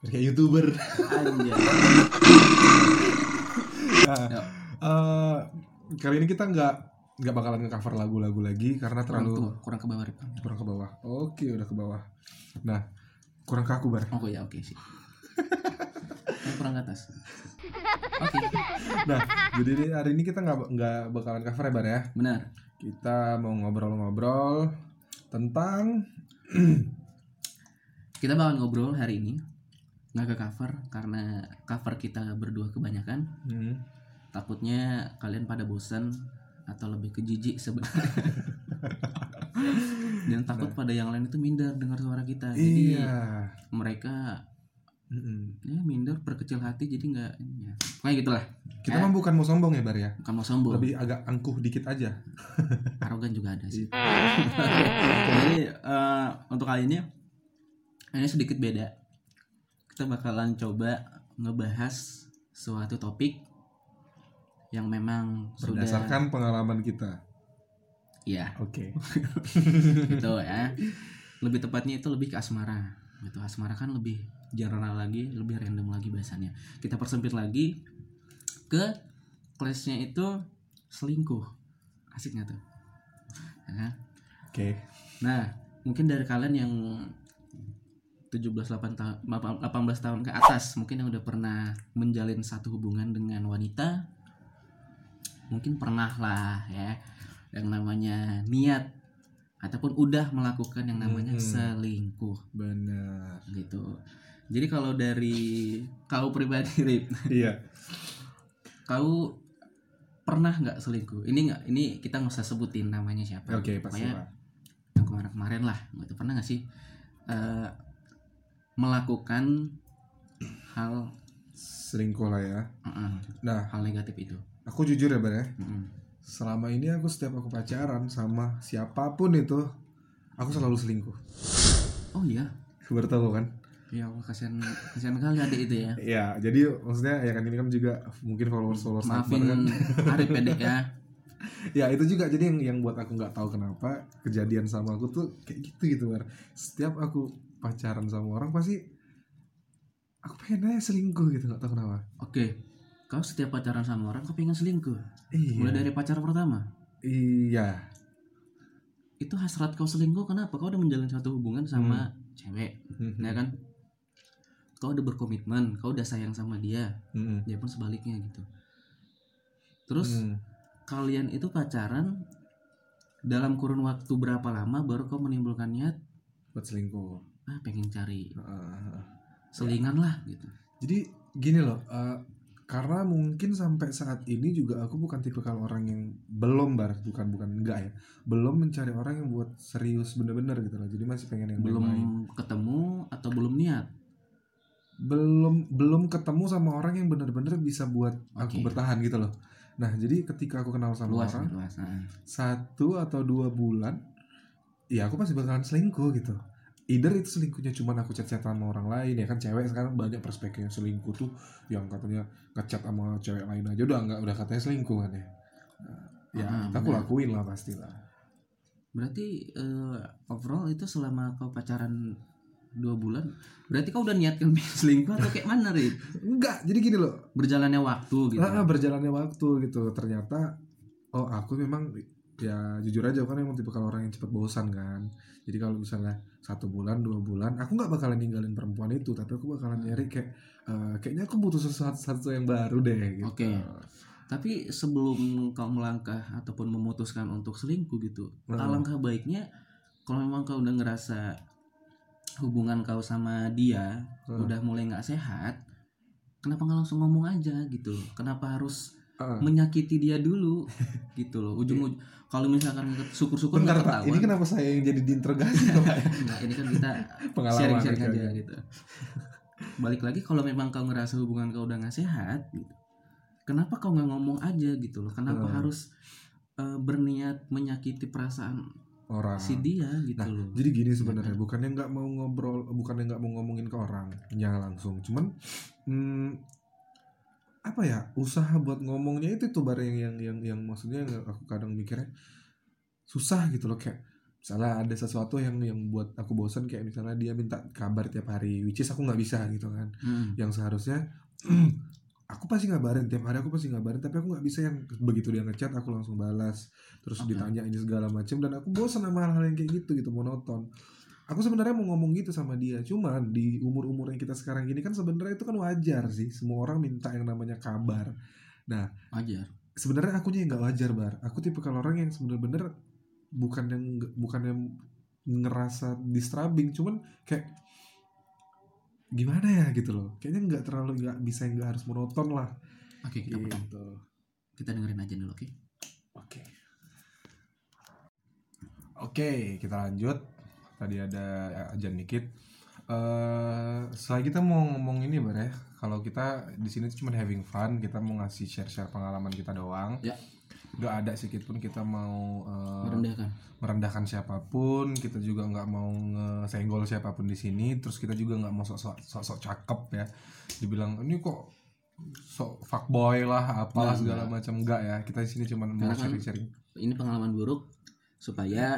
kayak YouTuber. Anjay. Kali ini kita nggak bakalan nge-cover lagu-lagu lagi karena terlalu kurang ke bawah, Rip. kurang ke bawah. Oke, udah ke bawah. Nah, kurang kaku bar. Oh ya, oke sih. Kurang ke atas. Oke. Nah, jadi hari ini kita nggak bakalan cover ya bar ya. Benar. Kita mau ngobrol-ngobrol tentang Kita bakal ngobrol hari ini nggak ke cover karena cover kita berdua kebanyakan. Takutnya kalian pada bosan atau lebih ke jijik sebenarnya. Dan takut pada yang lain itu minder dengar suara kita. Jadi mereka ya minder, berkecil hati, jadi nggak ya. Kayak gitulah. Kita mah bukan mau sombong ya bar ya. Bukan mau sombong. Lebih agak angkuh dikit aja. Arogan juga ada sih. Jadi untuk kali ini sedikit beda. Kita bakalan coba ngebahas suatu topik yang memang berdasarkan pengalaman kita. Iya. Oke. Gitu ya. Lebih tepatnya itu lebih ke asmara. Gitu. Asmara kan lebih general lagi, lebih random lagi bahasannya. Kita persempit lagi ke kelasnya itu selingkuh. Asik nggak tuh? Ya. Oke. Nah, mungkin dari kalian yang 18 tahun ke atas, mungkin yang udah pernah menjalin satu hubungan dengan wanita, mungkin pernah lah ya yang namanya niat ataupun udah melakukan yang namanya selingkuh. Benar. Gitu. Jadi kalau dari kau pribadi, Rip. Iya. Kau pernah nggak selingkuh? Ini kita nggak usah sebutin namanya siapa. Oke, pasti lah. Yang kemarin lah, gitu. Pernah nggak sih melakukan hal selingkuh lah ya. Nah, hal negatif itu? Aku jujur ya bar ya. Selama ini aku setiap aku pacaran sama siapapun itu, aku selalu selingkuh. Oh iya. Baru tahu kan? Ya Allah, kasihan kali adik itu ya. Iya, jadi maksudnya ya kan ini kan juga mungkin followers maafin kan. Arif pendek ya. Ya itu juga jadi yang buat aku nggak tahu kenapa kejadian sama aku tuh kayak gitu bar. Setiap aku pacaran sama orang pasti aku pengen aja selingkuh gitu, nggak tahu kenapa. Oke, kau setiap pacaran sama orang kau pengen selingkuh? Iya. Mulai dari pacar pertama? Iya. Itu hasrat kau selingkuh kenapa? Kau udah menjalin satu hubungan sama cewek, ya kan? Kau udah berkomitmen, kau udah sayang sama dia, dia pun sebaliknya gitu. Terus kalian itu pacaran dalam kurun waktu berapa lama baru kau menimbulkan niat buat selingkuh? Pengen cari selingan lah gitu. Jadi gini loh, karena mungkin sampai saat ini juga aku bukan tipikal orang yang belum enggak ya, belum mencari orang yang buat serius bener-bener gitu loh. Jadi masih pengen yang belum main-main. Ketemu atau belum niat? Belum ketemu sama orang yang bener-bener bisa buat aku bertahan gitu loh. Nah jadi ketika aku kenal sama orang 1 atau 2 bulan, ya aku pasti bakalan selingkuh gitu. Either itu selingkuhnya cuman aku chat-chat sama orang lain, ya kan cewek sekarang banyak perspektif selingkuh tuh yang katanya ngechat sama cewek lain aja udah katanya selingkuh kan ya. Aku lakuin lah pastilah. Berarti overall itu selama kau pacaran 2 bulan, berarti kau udah niatkan selingkuh atau kayak mana, Rit? Enggak, jadi gini loh. Berjalannya waktu gitu. Berjalannya waktu gitu. Ternyata aku memang ya jujur aja kan emang tipikal orang yang cepat bosan kan. Jadi kalau misalnya 1 bulan 2 bulan aku nggak bakalan ninggalin perempuan itu, tapi aku bakalan nyari kayaknya aku butuh sesuatu yang baru deh gitu. Oke. Tapi sebelum kau melangkah ataupun memutuskan untuk selingkuh gitu, alangkah baiknya kalau memang kau udah ngerasa hubungan kau sama dia udah mulai nggak sehat, kenapa nggak langsung ngomong aja gitu? Kenapa harus menyakiti dia dulu gitu loh? Ujung-ujung kalau misalkan syukur-syukur nggak ketahuan. Ini kenapa saya yang jadi diinterogasi? Nah, ini kan kita sharing-sharing aja gitu. Balik lagi, kalau memang kau ngerasa hubungan kau udah nggak sehat gitu, kenapa kau nggak ngomong aja gitu loh? Kenapa harus berniat menyakiti perasaan orang si dia gitu loh? Jadi gini sebenarnya, bukannya nggak mau ngobrol, bukannya nggak mau ngomongin ke orang ya langsung, cuman apa ya, usaha buat ngomongnya itu tuh bareng yang maksudnya aku kadang mikirnya susah gitu loh, kayak Misalnya ada sesuatu yang buat aku bosan, kayak misalnya dia minta kabar tiap hari, which is aku nggak bisa gitu kan. Yang seharusnya aku pasti ngabarin tiap hari, aku pasti ngabarin, tapi aku nggak bisa yang begitu dia ngechat aku langsung balas, terus ditanya ini segala macam, dan aku bosan sama hal-hal yang kayak gitu monoton. Aku sebenarnya mau ngomong gitu sama dia, cuman di umur yang kita sekarang gini kan sebenarnya itu kan wajar sih, semua orang minta yang namanya kabar. Nah, wajar. Sebenarnya akunya yang nggak wajar, Bar. Aku tipe kalau orang yang sebenarnya bukan yang ngerasa disturbing, cuman kayak gimana ya gitu loh. Kayaknya nggak terlalu, nggak bisa, nggak harus monoton lah. Oke, gitu. Kita dengerin aja dulu, oke? Oke, kita lanjut. Tadi ada ajan dikit. Setelah kita mau ngomong ini, Bar ya. Kalau kita di sini cuma having fun, kita mau ngasih share pengalaman kita doang. Ya. Gak ada sedikit pun kita mau merendahkan siapapun. Kita juga nggak mau ngesenggol siapapun di sini. Terus kita juga nggak mau sok cakep ya. Dibilang ini kok sok fuckboy lah, apalah segala macam, enggak ya. Kita di sini cuma mau sharing-sharing. Ini pengalaman buruk supaya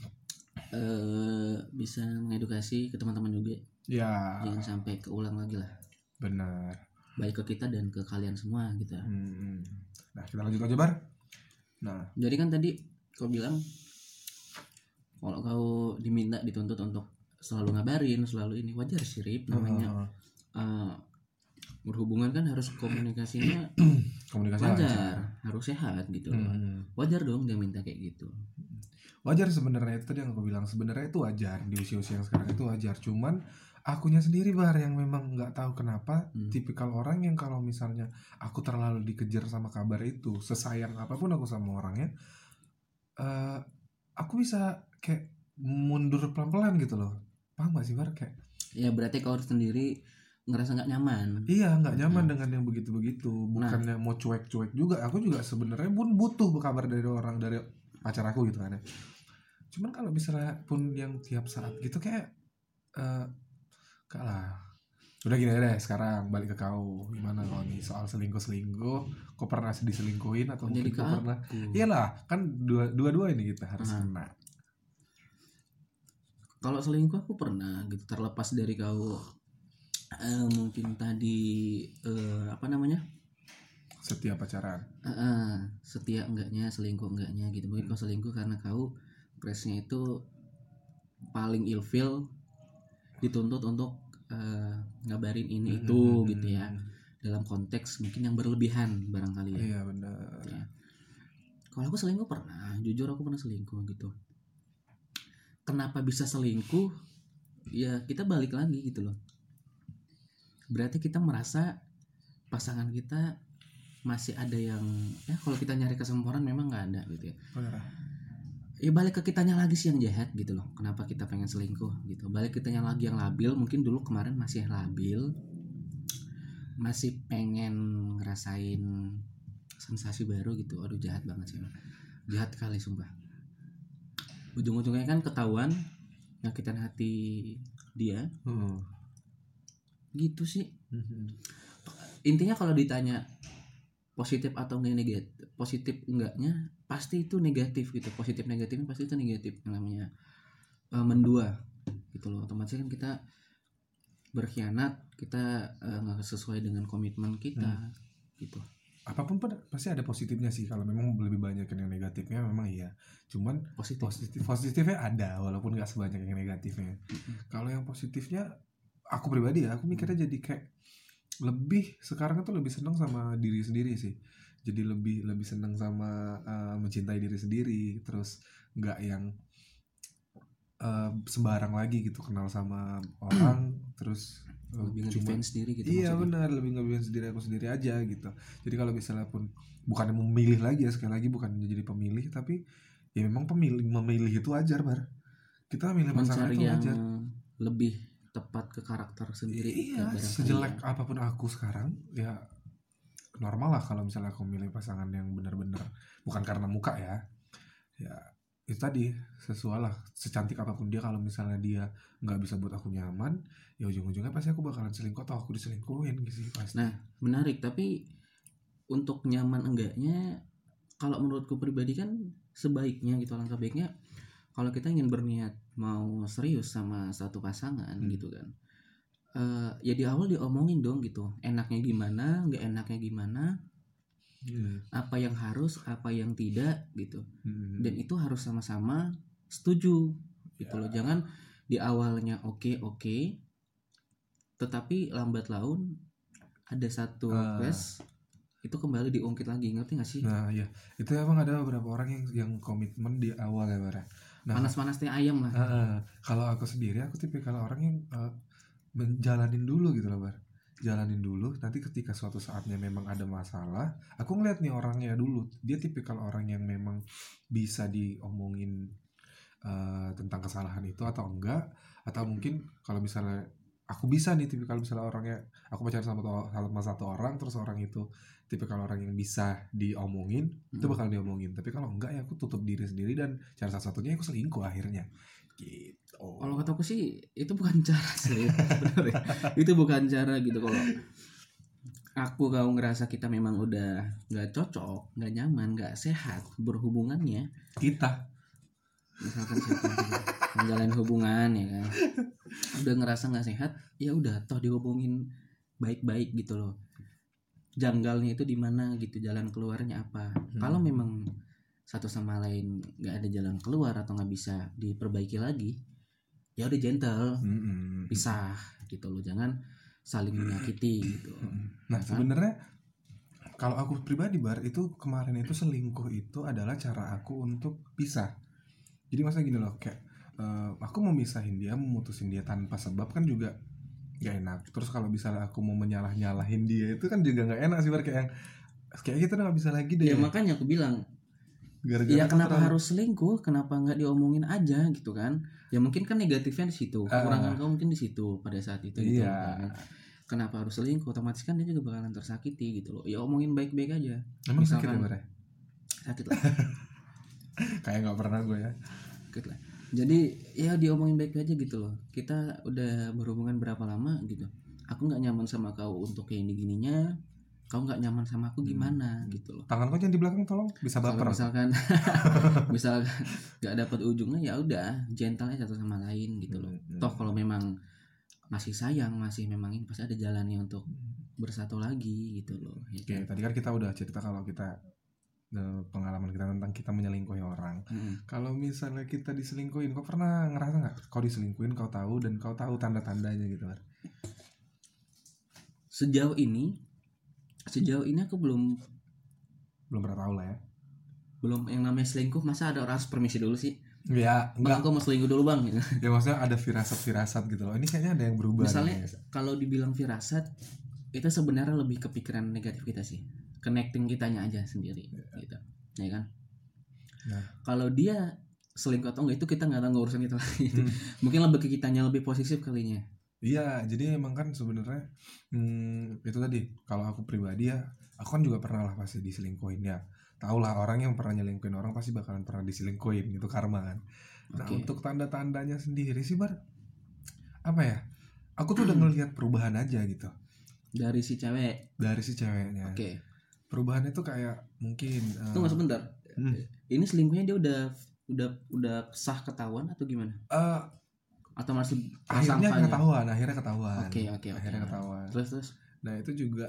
bisa mengedukasi ke teman-teman juga. Ya. Jangan sampai keulang lagi lah. Benar. Baik ke kita dan ke kalian semua gitu. Nah, kita lanjut aja, Bar. Nah, jadi kan tadi kau bilang kalau kau diminta dituntut untuk selalu ngabarin, selalu ini, wajar sih, Rip, namanya berhubungan kan harus komunikasinya wajar, harus sehat gitu. Wajar dong dia minta kayak gitu. Wajar sebenarnya, itu tadi yang aku bilang, sebenarnya itu wajar di usia-usia yang sekarang, itu wajar. Cuman akunya sendiri, Bar, yang memang nggak tahu kenapa tipikal orang yang kalau misalnya aku terlalu dikejar sama kabar itu, sesayang apapun aku sama orangnya, aku bisa kayak mundur pelan-pelan gitu loh. Paham gak sih, Bar? Kayak ya berarti kau sendiri ngerasa nggak nyaman. Iya, nggak nyaman dengan yang begitu-begitu. Bukannya mau cuek-cuek juga, aku juga sebenarnya pun butuh kabar dari orang, dari pacar aku gitu kan ya. Cuman kalau misalnya pun yang tiap saat gitu kayak gak lah. Udah gini deh, sekarang balik ke kau. Gimana kau nih soal selingkuh? Kau pernah diselingkuhin atau mungkin kau pernah? Iyalah, kan dua-dua ini kita harus kena. Kalau selingkuh aku pernah gitu, terlepas dari kau mungkin tadi apa namanya? Setia pacaran. Setia enggaknya, selingkuh enggaknya gitu. Mungkin kau selingkuh karena kau presnya itu paling ilfil, dituntut untuk ngabarin ini itu gitu ya, dalam konteks mungkin yang berlebihan barangkali ya. Iya benar ya. Kalau aku selingkuh pernah, jujur aku pernah selingkuh gitu. Kenapa bisa selingkuh? Ya kita balik lagi gitu loh, berarti kita merasa pasangan kita masih ada yang ya, kalau kita nyari kesempurnaan memang nggak ada gitu ya. Ya balik ke kitanya lagi sih yang jahat gitu loh. Kenapa kita pengen selingkuh gitu? Balik kitanya lagi yang labil. Mungkin dulu kemarin masih labil, masih pengen ngerasain sensasi baru gitu. Aduh jahat banget sih, jahat kali sumpah. Ujung-ujungnya kan ketahuan nyakitin hati dia. Gitu sih. Intinya kalau ditanya positif atau negatif, positif enggaknya pasti itu negatif gitu. Positif negatifnya pasti itu negatif, yang namanya mendua gitu loh. Otomatis kan kita berkhianat, kita nggak sesuai dengan komitmen kita gitu. Apapun pasti ada positifnya sih. Kalau memang lebih banyak yang negatifnya memang iya. Cuman positifnya ada, walaupun nggak sebanyak yang negatifnya. Kalau yang positifnya, aku pribadi ya, aku mikirnya jadi kayak lebih sekarang tuh lebih senang sama diri sendiri sih. Jadi lebih senang sama mencintai diri sendiri. Terus nggak yang sembarang lagi gitu kenal sama orang terus lebih ngefans sendiri gitu. Iya benar, lebih ngefans diri aku sendiri aja gitu. Jadi kalau misalnya pun bukan memilih lagi ya, sekali lagi bukan jadi pemilih, tapi ya memang memilih itu wajar, Bar. Kita memilih pasangan itu wajar. Lebih tepat ke karakter sendiri. Iya, sejelek apapun aku sekarang ya normal lah kalau misalnya aku milih pasangan yang benar-benar bukan karena muka ya. Ya itu tadi, sesuai lah, secantik apapun dia, kalau misalnya dia nggak bisa buat aku nyaman, ya ujung-ujungnya pasti aku bakalan selingkuh atau aku diselingkuhin gitu sih pasti. Nah menarik, tapi untuk nyaman enggaknya, kalau menurutku pribadi kan sebaiknya gitu, alangkah baiknya kalau kita ingin berniat mau serius sama satu pasangan gitu kan, ya di awal diomongin dong gitu, enaknya gimana, nggak enaknya gimana, apa yang harus, apa yang tidak gitu, dan itu harus sama-sama setuju gitu loh. Jangan di awalnya oke, tetapi lambat laun ada satu request itu kembali diungkit lagi, ngerti gak sih? Nah iya, itu emang ada beberapa orang yang komitmen di awal ya Bara. Nah, panas-panasnya ayam lah. Kalau aku sendiri, aku tipikal orang yang menjalanin dulu gitu loh Bar. Jalanin dulu, nanti ketika suatu saatnya memang ada masalah, aku ngeliat nih orangnya dulu, dia tipikal orang yang memang bisa diomongin tentang kesalahan itu atau enggak, atau mungkin kalau misalnya aku bisa nih tipikal misalnya orangnya, aku pacaran sama satu orang, terus orang itu tipikal orang yang bisa diomongin, itu bakal diomongin. Tapi kalau enggak ya aku tutup diri sendiri, dan cara salah satunya aku selingkuh akhirnya gitu. Kalau kataku sih itu bukan cara sih sebenarnya. Itu bukan cara gitu. Kalau kau ngerasa kita memang udah nggak cocok, nggak nyaman, nggak sehat berhubungannya, kita misalkan siapa menjalin hubungan ya kan, udah ngerasa nggak sehat, ya udah toh dihubungin baik-baik gitu loh. Janggalnya itu di mana gitu, jalan keluarnya apa. Kalau memang satu sama lain nggak ada jalan keluar atau nggak bisa diperbaiki lagi, ya udah gentle, pisah gitu loh. Jangan saling menyakiti gitu. Nah kan? Sebenarnya kalau aku pribadi Bar, itu kemarin itu selingkuh itu adalah cara aku untuk pisah. Jadi masa gini loh, kayak aku mau misahin dia, memutusin dia tanpa sebab kan juga gak enak. Terus kalau misalnya aku mau nyalahin dia itu kan juga gak enak sih Bar, kayak gitu udah gak bisa lagi deh. Ya makanya aku bilang, ya kenapa harus selingkuh, kenapa nggak diomongin aja gitu kan. Ya mungkin kan negatifnya di situ, kekurangan kamu mungkin di situ pada saat itu gitu kan. Kenapa harus selingkuh, otomatis kan dia juga bakalan tersakiti gitu loh. Ya omongin baik-baik aja. Emang misalkan, sakit ya Bar? Sakit lah. Kayak nggak pernah gue ya. Sakit lah. Jadi ya diomongin baik aja gitu loh. Kita udah berhubungan berapa lama gitu, aku nggak nyaman sama kau untuk kayak gininya, kau nggak nyaman sama aku gimana gitu loh. Tangan kau jangan di belakang tolong, bisa baper. Misalkan nggak dapat ujungnya, ya udah gentle aja satu sama lain gitu loh. Toh kalau memang masih sayang, masih memang ini pasti ada jalannya untuk bersatu lagi gitu loh. Oke, tadi kan kita udah cerita kalau kita pengalaman kita tentang kita menyelingkuhi orang. Kalau misalnya kita diselingkuhin, kau pernah ngerasa nggak kau diselingkuhin, kau tahu dan kau tahu tanda-tandanya gitu kan? Sejauh ini aku belum pernah tahu lah ya. Belum. Yang namanya selingkuh masa ada orang harus permisi dulu sih? Ya, bang, aku mau selingkuh dulu bang. Ya maksudnya ada firasat gitu loh. Ini kayaknya ada yang berubah. Misalnya kalau dibilang firasat, itu sebenarnya lebih kepikiran negatif kita sih, connecting kitanya aja sendiri gitu, ya kan? Nah, kalau dia selingkuh atau enggak itu kita nggak tahu, urusan kita lagi. Mungkin lebih ke kitanya lebih posesif kalinya. Iya, jadi emang kan sebenarnya itu tadi, kalau aku pribadi ya, aku kan juga pernah lah pasti diselingkuhin ya. Tau lah, orang yang pernah nyelingkuhin orang pasti bakalan pernah diselingkuhin, gitu karma kan. Nah untuk tanda-tandanya sendiri sih Bar, apa ya, aku tuh udah ngelihat perubahan aja gitu dari si ceweknya. Oke. Perubahannya tuh kayak mungkin tunggu sebentar. Ini selingkuhnya dia udah sah ketahuan atau gimana? Atau masih akhirnya ketahuan. Oke. Ketahuan. Terus nah itu juga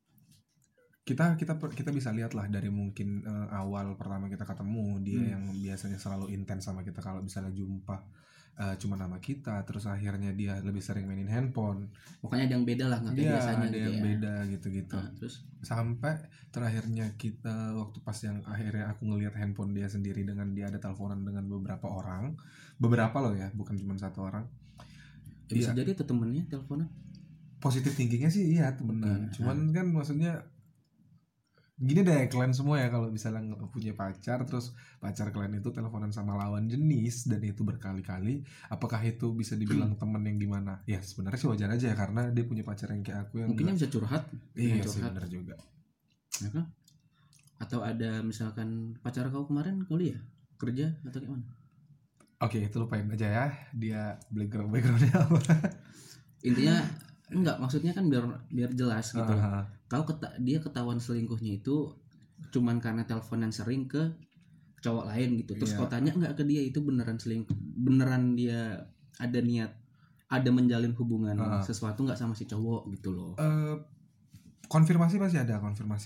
kita bisa lihat lah dari mungkin awal pertama kita ketemu dia yang biasanya selalu intens sama kita kalau misalnya jumpa cuma nama kita, terus akhirnya dia lebih sering mainin handphone. Pokoknya ada yang beda lah, nggak kayak biasanya. Ada yang beda gitu. Terus sampai terakhirnya kita waktu pas yang akhirnya aku ngelihat handphone dia sendiri dengan dia ada teleponan dengan beberapa loh ya, bukan cuma satu orang. Bisa jadi itu temennya teleponan. Positif thinkingnya sih iya temenan. Cuman kan maksudnya gini deh, kalian semua ya, kalau misalnya punya pacar terus pacar kalian itu teleponan sama lawan jenis dan itu berkali-kali, apakah itu bisa dibilang temen yang gimana? Ya sebenarnya sih wajar aja ya, karena dia punya pacar yang kayak aku yang mungkin bisa curhat. Iya sih benar juga. Ya kan? Atau ada misalkan pacar kau kemarin kuliah, kerja atau gimana? Oke, itu lupain aja ya, dia backgroundnya apa. Intinya enggak, maksudnya kan biar jelas gitu. Dia ketahuan selingkuhnya itu cuman karena teleponan sering ke cowok lain gitu. Terus kau tanya nggak ke dia itu beneran selingkuh, beneran dia ada niat, ada menjalin hubungan sesuatu nggak sama si cowok gitu loh. Konfirmasi pasti ada.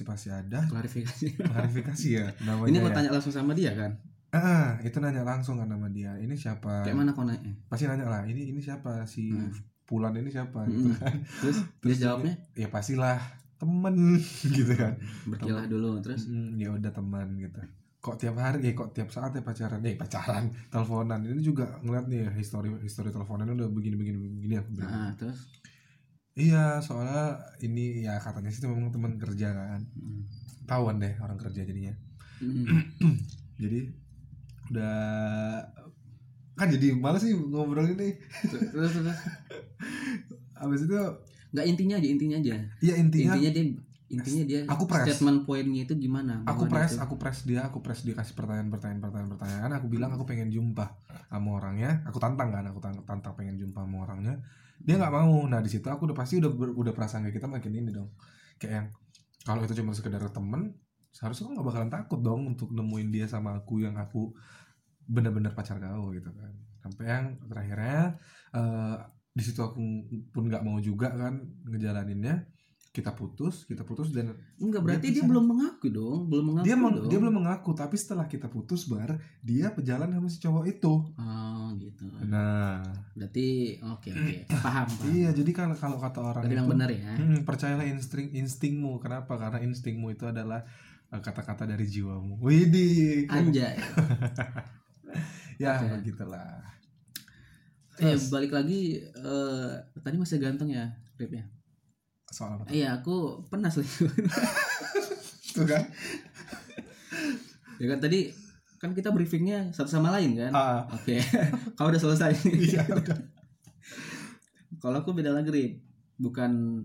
Klarifikasi ya namanya. Ini kau tanya langsung sama dia kan? Itu nanya langsung kan sama dia. Ini siapa? Kayak mana kau nanya? Pasti nanya lah. Ini siapa si Pulan ini siapa gitu kan? Terus dia jawabnya? Ya pastilah temen gitu kan. Berkilah dulu terus. Ya udah teman gitu. Kok tiap hari kok tiap saat ya pacaran, teleponan. Ini juga ngeliat nih history teleponan udah begini Terus iya, soalnya ini ya katanya sih memang teman kerja kan. Tahuan deh orang kerja jadinya. Jadi udah kan jadi malas sih ngobrol ini. Terus Abis itu nggak intinya aja. Iya intinya dia aku press. Statement poinnya itu gimana? Aku press dia kasih pertanyaan. Aku bilang aku pengen jumpa sama orangnya. Aku tantang pengen jumpa sama orangnya. Dia nggak mau. Nah di situ aku udah perasaan kayak kita makin ini dong. Kayak yang kalau itu cuma sekedar temen, seharusnya aku nggak bakalan takut dong untuk nemuin dia sama aku yang aku benar-benar pacar kau gitu kan. Sampai yang terakhirnya di situ aku pun nggak mau juga kan ngejalaninnya. Kita putus dan enggak berarti dia belum mengaku dong. Dia belum mengaku, tapi setelah kita putus dia berjalan sama si cowok itu. Gitu. Nah, berarti oke. Paham. Iya, jadi kalau kata orang itu yang benar ya. Percayalah instingmu. Kenapa? Karena instingmu itu adalah kata-kata dari jiwamu. Widih. Anjay. Ya, begitulah. Balik lagi tadi masih ganteng ya, Rip ya. Soal apa? Iya, aku pernah selingkuh. Tuh kan? Ya kan tadi kan kita briefingnya satu sama lain kan? Oke. Kau udah selesai. Iya, udah. Kalau aku beda lagi, Rip. Bukan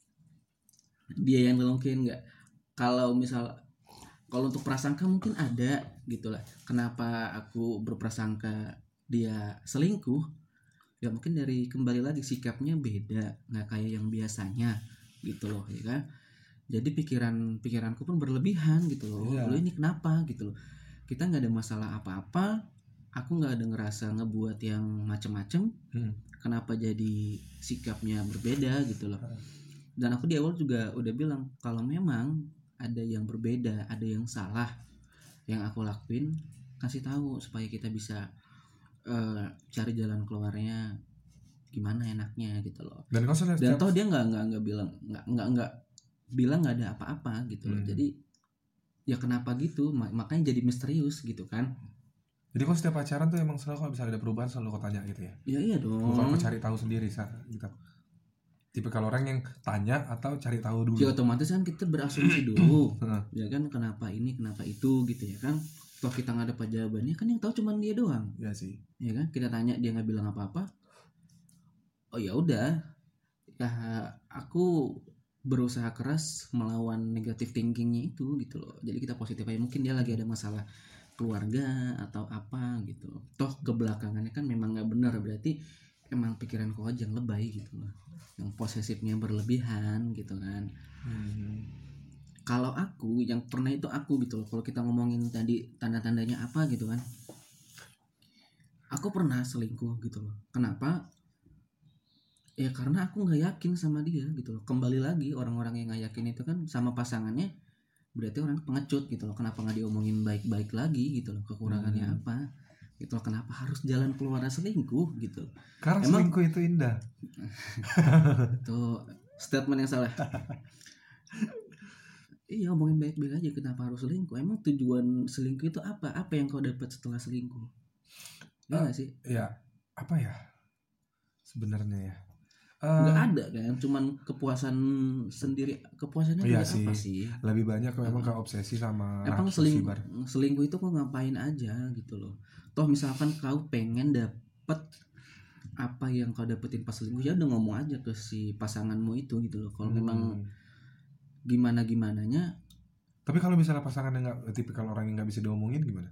dia yang ngelongkin enggak. Kalau untuk prasangka mungkin ada gitu lah. Kenapa aku berprasangka dia selingkuh? Ya mungkin dari kembali lagi sikapnya beda, nggak kayak yang biasanya gitu loh ya kan. Jadi pikiranku pun berlebihan gitu loh. Lu ini kenapa gitu loh. Kita nggak ada masalah apa-apa, aku nggak ada ngerasa ngebuat yang macem-macem. Kenapa jadi sikapnya berbeda gitu loh. Dan aku di awal juga udah bilang kalau memang ada yang berbeda, ada yang salah yang aku lakuin, kasih tahu supaya kita bisa cari jalan keluarnya gimana enaknya gitu loh. Dan toh dia nggak bilang nggak ada apa-apa gitu loh. Jadi ya kenapa gitu, makanya jadi misterius gitu kan. Jadi kok setiap pacaran tuh emang selalu kalau bisa ada perubahan selalu kau tanya gitu ya? Iya dong. Bukan kau cari tahu sendiri gitu. Tipe kalau orang yang tanya atau cari tahu dulu. Ya otomatis kan kita berasumsi dulu. Ya kan kenapa ini kenapa itu gitu ya kan. Toh kita nggak dapat jawabannya kan yang tahu cuma dia doang. Iya sih. Ya kan kita tanya dia nggak bilang apa-apa. Oh ya udah. Ya aku berusaha keras melawan negative thinkingnya itu gitu loh. Jadi kita positif aja. Mungkin dia lagi ada masalah keluarga atau apa gitu. Toh kebelakangannya kan memang nggak benar, berarti emang pikiran kau aja yang lebay gitu loh. Yang posesifnya berlebihan gitu kan. Kalau aku yang pernah itu aku gitu loh. Kalau kita ngomongin tadi tanda-tandanya apa gitu kan. Aku pernah selingkuh gitu loh. Kenapa? Ya karena aku nggak yakin sama dia gitu loh. Kembali lagi orang-orang yang nggak yakin itu kan sama pasangannya berarti orang pengecut gitu loh. Kenapa nggak diomongin baik-baik lagi gitu loh, kekurangannya apa gitu loh. Kenapa harus jalan keluarnya selingkuh gitu. Karena emang selingkuh itu indah. Tuh statement yang salah. Iya, omongin baik-baik aja. Kenapa harus selingkuh? Emang tujuan selingkuh itu apa? Apa yang kau dapat setelah selingkuh? Ya nggak sih? Ya apa ya sebenarnya ya, nggak ada kan, cuman kepuasan sendiri. Kepuasannya iya apa sih? Lebih banyak memang ke obsesi sama emang selingkuh itu kok ngapain aja gitu loh. Toh misalkan kau pengen dapet apa yang kau dapetin pas selingkuh, ya udah ngomong aja ke si pasanganmu itu gitu loh. Kalau memang gimananya. Tapi kalau misalnya pasangannya nggak, tipikal orang yang nggak bisa diomongin gimana?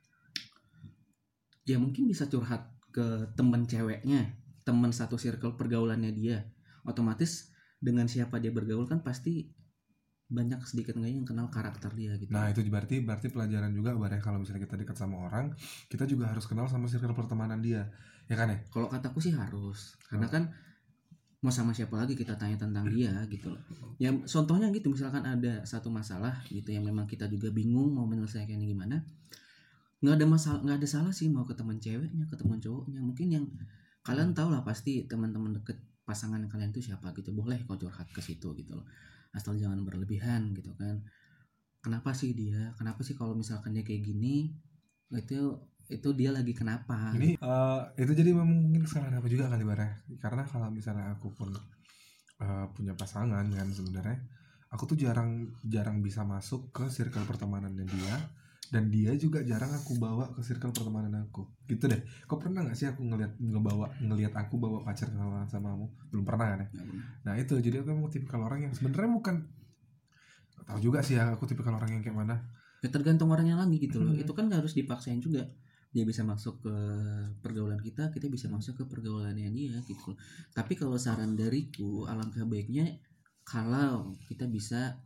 Ya mungkin bisa curhat ke teman ceweknya, teman satu circle pergaulannya dia. Otomatis dengan siapa dia bergaul kan pasti banyak sedikit enggaknya yang kenal karakter dia gitu. Nah itu berarti pelajaran juga Bar, kalau misalnya kita dekat sama orang, kita juga harus kenal sama circle pertemanan dia, ya kan ya? Kalau kataku sih harus, karena kan mau sama siapa lagi kita tanya tentang dia gitu loh. Ya contohnya gitu, misalkan ada satu masalah gitu yang memang kita juga bingung mau menyelesaikannya gimana, nggak ada salah sih mau ke teman ceweknya, ke teman cowoknya, mungkin yang kalian tahu lah pasti teman-teman deket pasangan kalian itu siapa gitu, boleh kau curhat ke situ gitu loh, asal jangan berlebihan gitu kan. Kenapa sih kalau misalkan dia kayak gini, itu dia lagi kenapa ini itu jadi mungkin kesalahan aku juga kali Bara, karena kalau misalnya aku pun punya pasangan kan, sebenarnya aku tuh jarang bisa masuk ke circle pertemanannya dia, dan dia juga jarang aku bawa ke circle pertemanan aku gitu deh. Kau pernah nggak sih aku ngelihat aku bawa pacar sama kamu? Belum pernah kan ya? Nah itu jadi aku emang tipikal orang yang sebenarnya bukan, tahu juga sih ya aku tipikal orang yang kayak mana. Ya tergantung orangnya lagi gitu loh. Itu kan harus dipaksain juga. Dia bisa masuk ke pergaulan kita bisa masuk ke pergaulannya dia gitu. Tapi kalau saran dariku, alangkah baiknya kalau kita bisa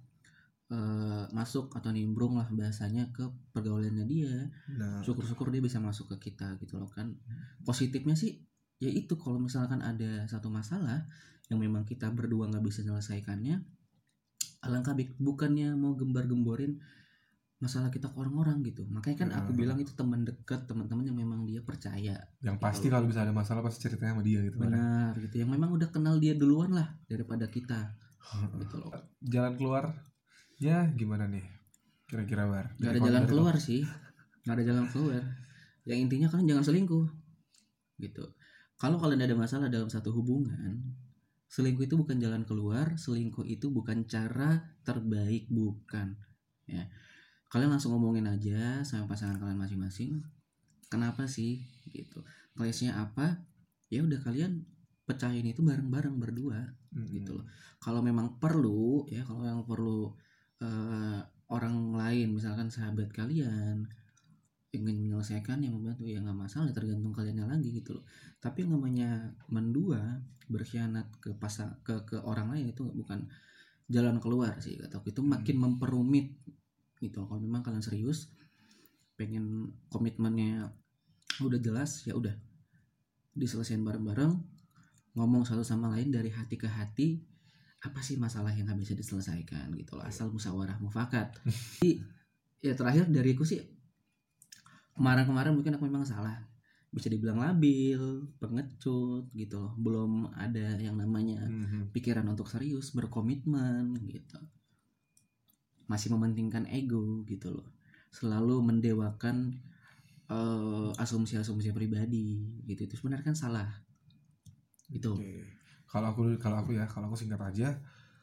masuk atau nimbrung lah bahasanya ke pergaulannya dia. Nah, syukur-syukur dia bisa masuk ke kita gitu loh kan. Positifnya sih ya itu, kalau misalkan ada satu masalah yang memang kita berdua nggak bisa menyelesaikannya, alangkah baik, bukannya mau gembar-gemborin masalah kita ke orang-orang gitu. Makanya kan aku bilang itu teman dekat, teman-teman yang memang dia percaya. Yang pasti kalau bisa ada masalah pasti ceritanya sama dia gitu. Benar gitu. Yang memang udah kenal dia duluan lah daripada kita. Gitu loh. Jalan keluar ya gimana nih? Kira-kira Bar? Gak ada jalan keluar sih. Gak ada jalan keluar. Yang intinya kalian jangan selingkuh. Gitu. Kalau kalian ada masalah dalam satu hubungan, selingkuh itu bukan jalan keluar, selingkuh itu bukan cara terbaik, bukan. Ya. Kalian langsung ngomongin aja sama pasangan kalian masing-masing. Kenapa sih gitu? Clash-nya apa? Ya udah kalian pecahin itu bareng-bareng berdua gitu loh. Kalau memang perlu ya, kalau yang perlu orang lain misalkan sahabat kalian ingin menyelesaikan yang membantu, ya nggak masalah, tergantung kaliannya lagi gitu loh. Tapi yang namanya mendua berkhianat ke orang lain itu bukan jalan keluar sih, atau itu makin memperumit gitu. Kalau memang kalian serius pengen komitmennya udah jelas, ya udah diselesaikan bareng-bareng, ngomong satu sama lain dari hati ke hati, apa sih masalah yang gak bisa diselesaikan gitu loh, asal musyawarah mufakat. Jadi ya terakhir dariku sih, kemarin mungkin aku memang salah, bisa dibilang labil, pengecut gitu loh, belum ada yang namanya pikiran untuk serius berkomitmen gitu, masih mementingkan ego gitu loh, selalu mendewakan asumsi-asumsi pribadi gitu. Itu sebenarnya kan salah gitu. Kalau aku singkat aja,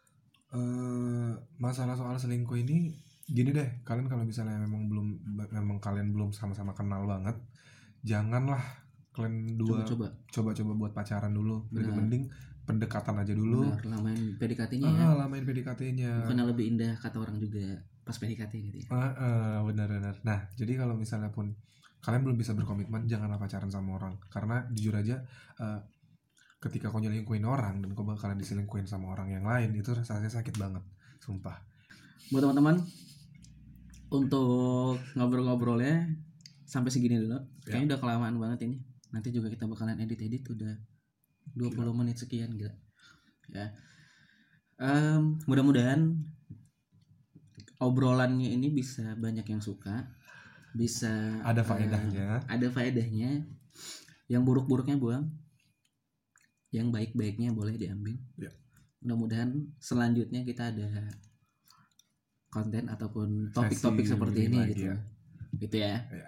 masalah soal selingkuh ini gini deh, kalian kalau misalnya memang kalian belum sama-sama kenal banget, janganlah kalian dua coba-coba buat pacaran dulu. Mending pendekatan aja dulu. Benar, lamain PDKT-nya ya. Lamain PDKT-nya. Bukan lebih indah kata orang juga pas PDKT gitu ya. Benar. Nah, jadi kalau misalnya pun kalian belum bisa berkomitmen, janganlah pacaran sama orang. Karena jujur aja, ketika kau nyelingkuhin orang dan kau bakalan diselingkuhin sama orang yang lain, itu rasanya sakit banget, sumpah. Buat teman-teman, untuk ngobrol-ngobrolnya sampai segini dulu. Kayaknya udah kelamaan banget ini. Nanti juga kita bakalan edit udah 20 menit sekian gila. Ya. Mudah-mudahan obrolannya ini bisa banyak yang suka, bisa ada faedahnya. Yang buruk-buruknya buang, yang baik-baiknya boleh diambil. Ya. Mudah-mudahan selanjutnya kita ada konten ataupun topik-topik seperti ini gitu. Gitu ya.